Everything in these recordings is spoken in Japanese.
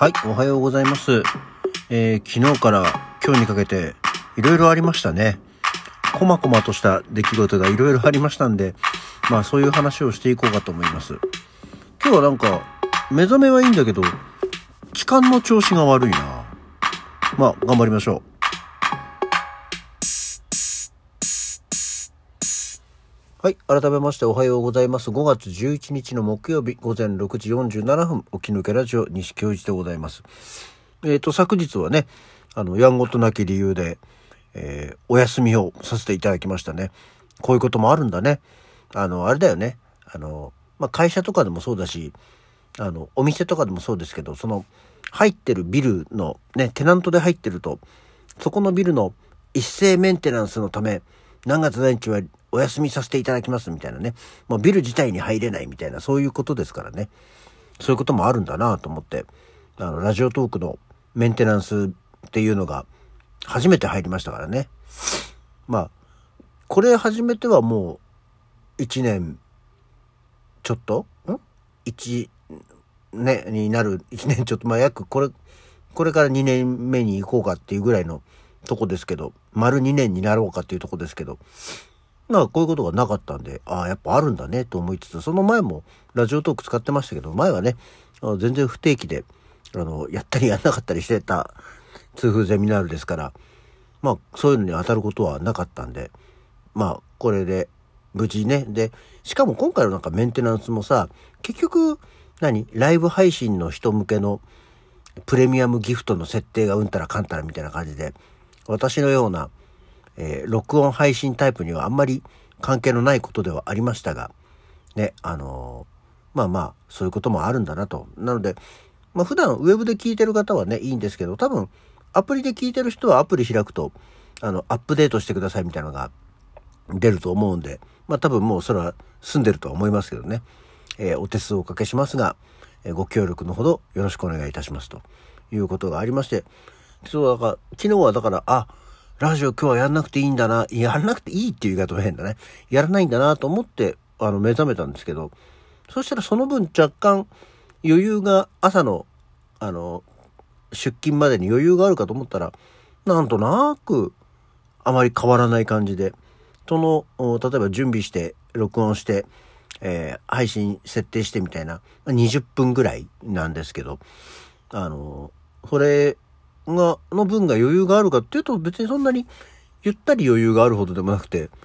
はい、おはようございます。昨日から今日にかけていろいろありましたね。こまこまとした出来事がいろいろありましたんで、そういう話をしていこうかと思います。今日はなんか目覚めはいいんだけど気管の調子が悪いな。頑張りましょう。はい、改めましておはようございます。5月11日の木曜日午前6時47分、起き抜けラジオ西京一でございます。昨日はね、やんごとなき理由で、お休みをさせていただきましたね。こういうこともあるんだね。あれだよね。会社とかでもそうだし、お店とかでもそうですけど、その入ってるビルのね、テナントで入ってると、そこのビルの一斉メンテナンスのため、何月何日はお休みさせていただきますみたいなね。もうビル自体に入れないみたいな、そういうことですからね。そういうこともあるんだなと思って、ラジオトークのメンテナンスっていうのが初めて入りましたからね。これ始めてはもう1年ちょっと1年になる、1年ちょっと、約これから2年目に行こうかっていうぐらいのとこですけど、丸2年になろうかっていうとこですけど、こういうことがなかったんで、やっぱあるんだねと思いつつ、その前もラジオトーク使ってましたけど、前はね、全然不定期で、やったりやんなかったりしてた痛風ゼミナールですから、そういうのに当たることはなかったんで、これで無事ね。で、しかも今回のメンテナンスもさ、結局、ライブ配信の人向けのプレミアムギフトの設定がうんたらかんたらみたいな感じで、私のような録音配信タイプにはあんまり関係のないことではありましたがね、そういうこともあるんだなと。なので普段ウェブで聞いてる方はねいいんですけど、多分アプリで聞いてる人はアプリ開くとアップデートしてくださいみたいなのが出ると思うんで、多分もうそれは済んでるとは思いますけどね、お手数をおかけしますが、ご協力のほどよろしくお願いいたしますということがありまして、そうだから昨日はだからラジオ今日はやんなくていいんだな、やんなくていいっていう言い方も変だね、やらないんだなと思って目覚めたんですけど、そしたらその分若干余裕が、朝の出勤までに余裕があるかと思ったら、なんとなくあまり変わらない感じで、例えば準備して録音して、配信設定してみたいな20分ぐらいなんですけど、それの分が余裕があるかっていうと、別にそんなにゆったり余裕があるほどでもなくて、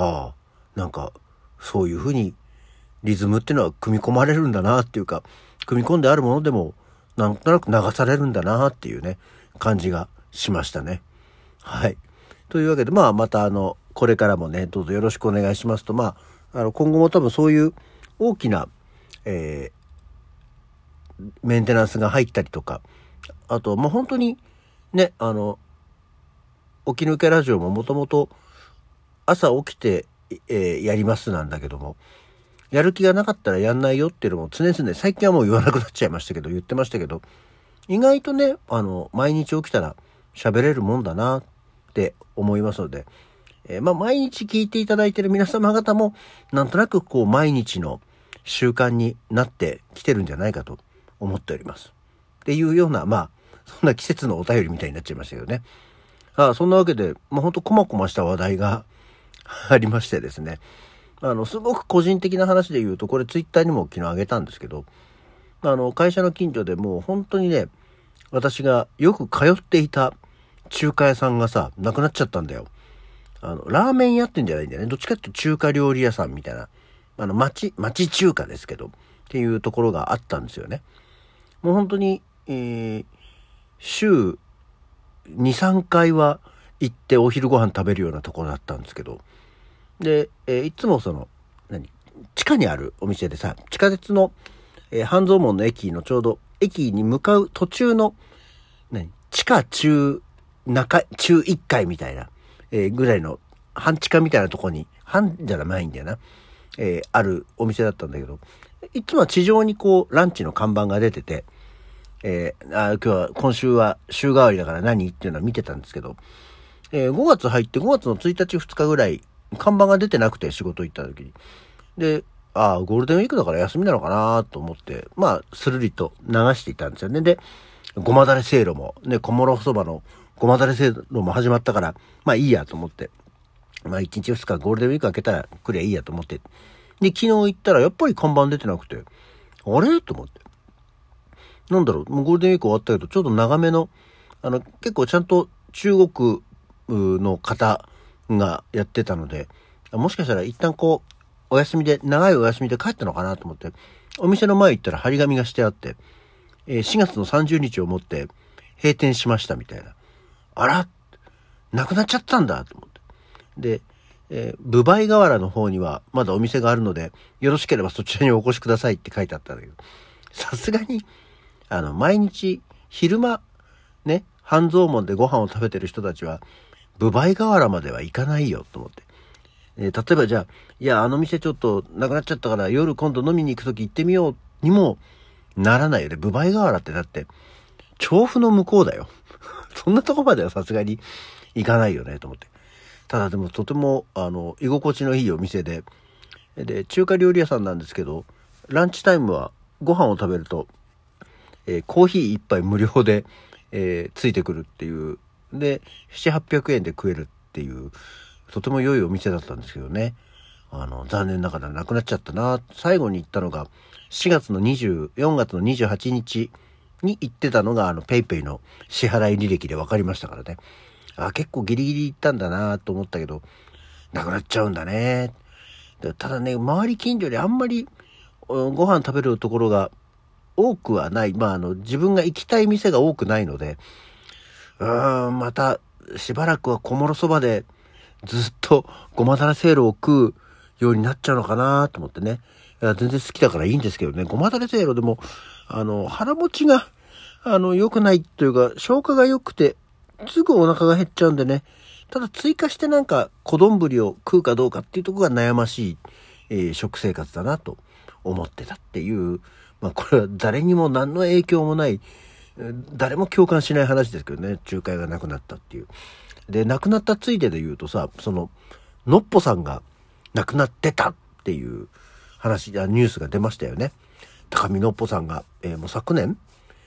そういうふうにリズムっていうのは組み込まれるんだなっていうか、組み込んであるものでもなんとなく流されるんだなっていうね感じがしましたね。はい。というわけでまたこれからもねどうぞよろしくお願いしますと、今後も多分そういう大きな、メンテナンスが入ったりとか、あと本当にね、起き抜けラジオももともと朝起きて、やりますなんだけども、やる気がなかったらやんないよっていうのも常々最近はもう言わなくなっちゃいましたけど、言ってましたけど、意外とね毎日起きたら喋れるもんだなって思いますので、毎日聞いていただいている皆様方もなんとなく毎日の習慣になってきてるんじゃないかと思っておりますっていうような、そんな季節のお便りみたいになっちゃいましたけどね。そんなわけでほんとこまこました話題がありましてですね、すごく個人的な話で言うと、これツイッターにも昨日あげたんですけど、会社の近所でもう本当にね、私がよく通っていた中華屋さんがさなくなっちゃったんだよ。ラーメン屋ってんじゃないんだよね。どっちかっていうと中華料理屋さんみたいな、町中華ですけどっていうところがあったんですよね。もう本当に、週2、3回は行ってお昼ご飯食べるようなところだったんですけど、で、いつも地下にあるお店でさ、地下鉄の、半蔵門の駅のちょうど駅に向かう途中の地下中1階みたいな、ぐらいの半地下みたいなとこに、半じゃないんだよな、あるお店だったんだけど、いつもは地上にランチの看板が出てて、今週は週替わりだから何っていうのは見てたんですけど、5月入って5月の1日2日ぐらい看板が出てなくて、仕事行った時に。で、ゴールデンウィークだから休みなのかなと思って、スルリと流していたんですよね。で、 ごまだれせいろも、ね、小諸そばのごまだれせいろも始まったから、まあいいやと思って。まあ1日2日ゴールデンウィーク明けたら来りゃいいやと思って。で、昨日行ったらやっぱり看板出てなくて、あれと思って。なんだろう、もうゴールデンウィーク終わったけど、ちょっと長めの、結構ちゃんと中国の方がやってたので、もしかしたら一旦こう、お休みで、長いお休みで帰ったのかなと思って、お店の前行ったら張り紙がしてあって、4月の30日をもって閉店しましたみたいな。あら、なくなっちゃったんだと思って。で、分梅河原の方にはまだお店があるので、よろしければそちらにお越しくださいって書いてあったんだけど、さすがに、毎日昼間、ね、半蔵門でご飯を食べてる人たちは、分梅河原までは行かないよと思って。例えばじゃあ、いや、店ちょっとなくなっちゃったから夜今度飲みに行くとき行ってみようにもならないよね。分梅河原ってだって、調布の向こうだよ。そんなとこまではさすがに行かないよねと思って。ただでもとても、居心地のいいお店で、中華料理屋さんなんですけど、ランチタイムはご飯を食べると、コーヒー一杯無料で、ついてくるっていう。で、7、800円で食えるっていう、とても良いお店だったんですけどね。残念ながらなくなっちゃったな。最後に行ったのが、4月の28日に行ってたのが、ペイペイの支払い履歴で分かりましたからね。結構ギリギリ行ったんだなと思ったけど、なくなっちゃうんだね。ただね、周り近所であんまりご飯食べるところが多くはない。自分が行きたい店が多くないので、またしばらくは小諸そばでずっとごまだれせいろを食うようになっちゃうのかなと思ってね。全然好きだからいいんですけどね。ごまだれせいろでも、腹持ちが、良くないというか、消化が良くて、すぐお腹が減っちゃうんでね。ただ追加してなんか小丼を食うかどうかっていうところが悩ましい、食生活だなと思ってたっていう、これは誰にも何の影響もない、誰も共感しない話ですけどね。仲介がなくなったっていう。で、亡くなったついでで言うとさ、のっぽさんが亡くなってたっていう話、ニュースが出ましたよね。高見のっぽさんが、もう昨年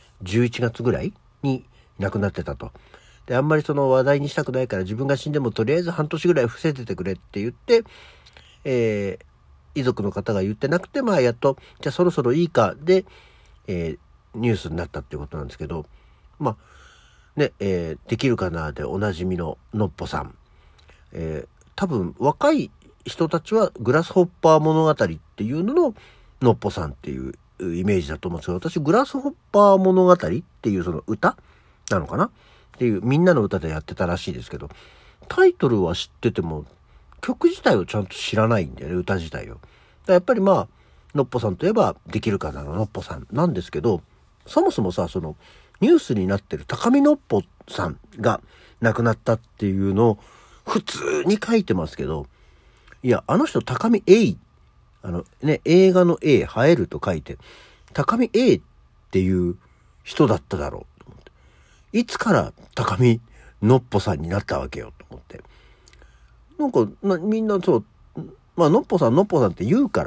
11月ぐらいに亡くなってたと。で、あんまり話題にしたくないから自分が死んでもとりあえず半年ぐらい伏せててくれって言って、遺族の方が言ってなくて、やっと、じゃあそろそろいいかで、ニュースになったっていうことなんですけど、ね、できるかなでおなじみののっぽさん。多分若い人たちはグラスホッパー物語っていうのののっぽさんっていうイメージだと思うんですけど、私グラスホッパー物語っていうその歌なのかなっていうみんなの歌でやってたらしいですけど、タイトルは知ってても曲自体をちゃんと知らないんだよね、歌自体を。やっぱりのっぽさんといえばできるかなののっぽさんなんですけど、そもそもさ、ニュースになってる高見のっぽさんが亡くなったっていうのを普通に書いてますけど、いや、人高見栄、映画の A、映えると書いて、高見栄っていう人だっただろうと思って。いつから高見のっぽさんになったわけよと思って。みんなそう、のっぽさんって言うから、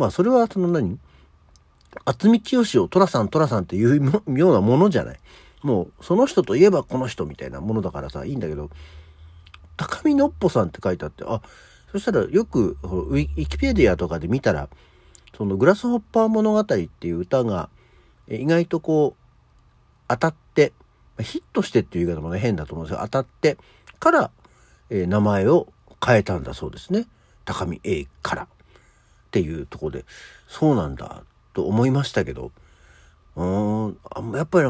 それは渥美清をトラさんっていうようなものじゃない。もうその人といえばこの人みたいなものだからさ、いいんだけど、高見のっぽさんって書いてあって、そしたらよくウィキペディアとかで見たら、グラスホッパー物語っていう歌が意外と当たって、ヒットしてっていう言い方もね変だと思うんですが、当たってから、名前を変えたんだそうですね。高見栄からっていうところで、そうなんだと思いましたけど、やっぱり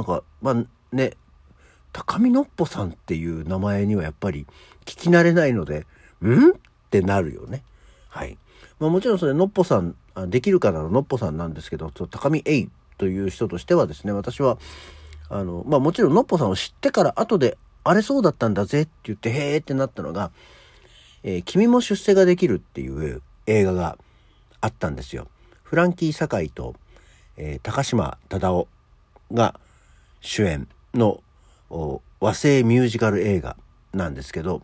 高見のっぽさんっていう名前にはやっぱり聞き慣れないので、ってなるよね。はい。もちろんそれのっぽさん、できるかなののっぽさんなんですけど、高見栄という人としてはですね、私はもちろんのっぽさんを知ってから後であれそうだったんだぜって言ってへーってなったのが、君も出世ができるっていう映画があったんですよ。フランキー堺と、高島忠夫が主演の和製ミュージカル映画なんですけど、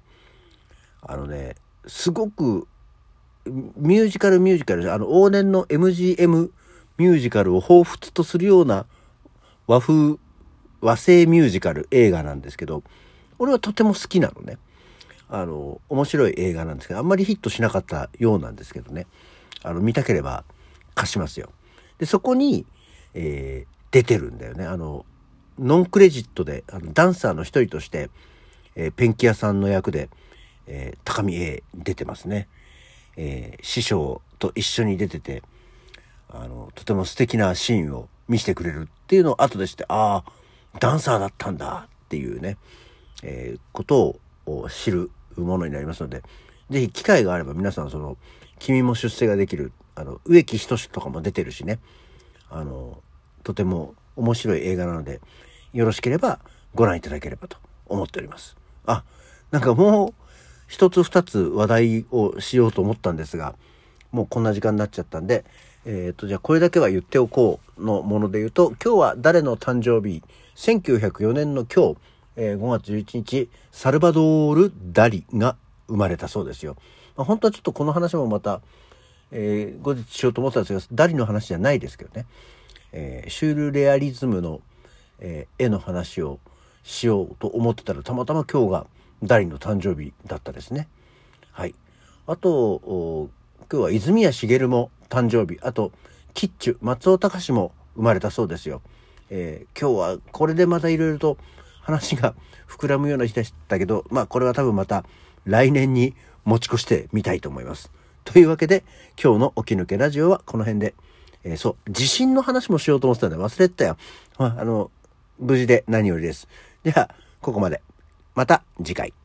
すごくミュージカル往年の MGM ミュージカルを彷彿とするような和風和製ミュージカル映画なんですけど、俺はとても好きなのね。面白い映画なんですけど、あんまりヒットしなかったようなんですけどね。見たければ貸しますよ。で、そこに、出てるんだよね。ノンクレジットで、ダンサーの一人として、ペンキ屋さんの役で、高見 A 出てますね。師匠と一緒に出てて、とても素敵なシーンを見せてくれるっていうのを後でして、ああ、ダンサーだったんだっていうね、ことを知るものになりますので、ぜひ機会があれば皆さん君も出世ができる、植木等とかも出てるしね、とても面白い映画なので、よろしければご覧いただければと思っております。なんかもう一つ二つ話題をしようと思ったんですが、もうこんな時間になっちゃったんで、じゃあこれだけは言っておこうのもので言うと、今日は誰の誕生日、1904年の今日、5月11日、サルバドール・ダリが生まれたそうですよ。本当はちょっとこの話もまた、後日しようと思ったんですが、ダリの話じゃないですけどね、シュールレアリズムの、絵の話をしようと思ってたら、たまたま今日がダリの誕生日だったですね。はい。あと、今日は泉谷しげるも誕生日、あとキッチュ松尾隆も生まれたそうですよ。今日はこれでまたいろいろと話が膨らむような日でしたけど、これは多分また来年に持ち越してみたいと思います。というわけで今日の起き抜けラジオはこの辺で、地震の話もしようと思ってたんで忘れてたよ。無事で何よりです。ではここまで。また次回。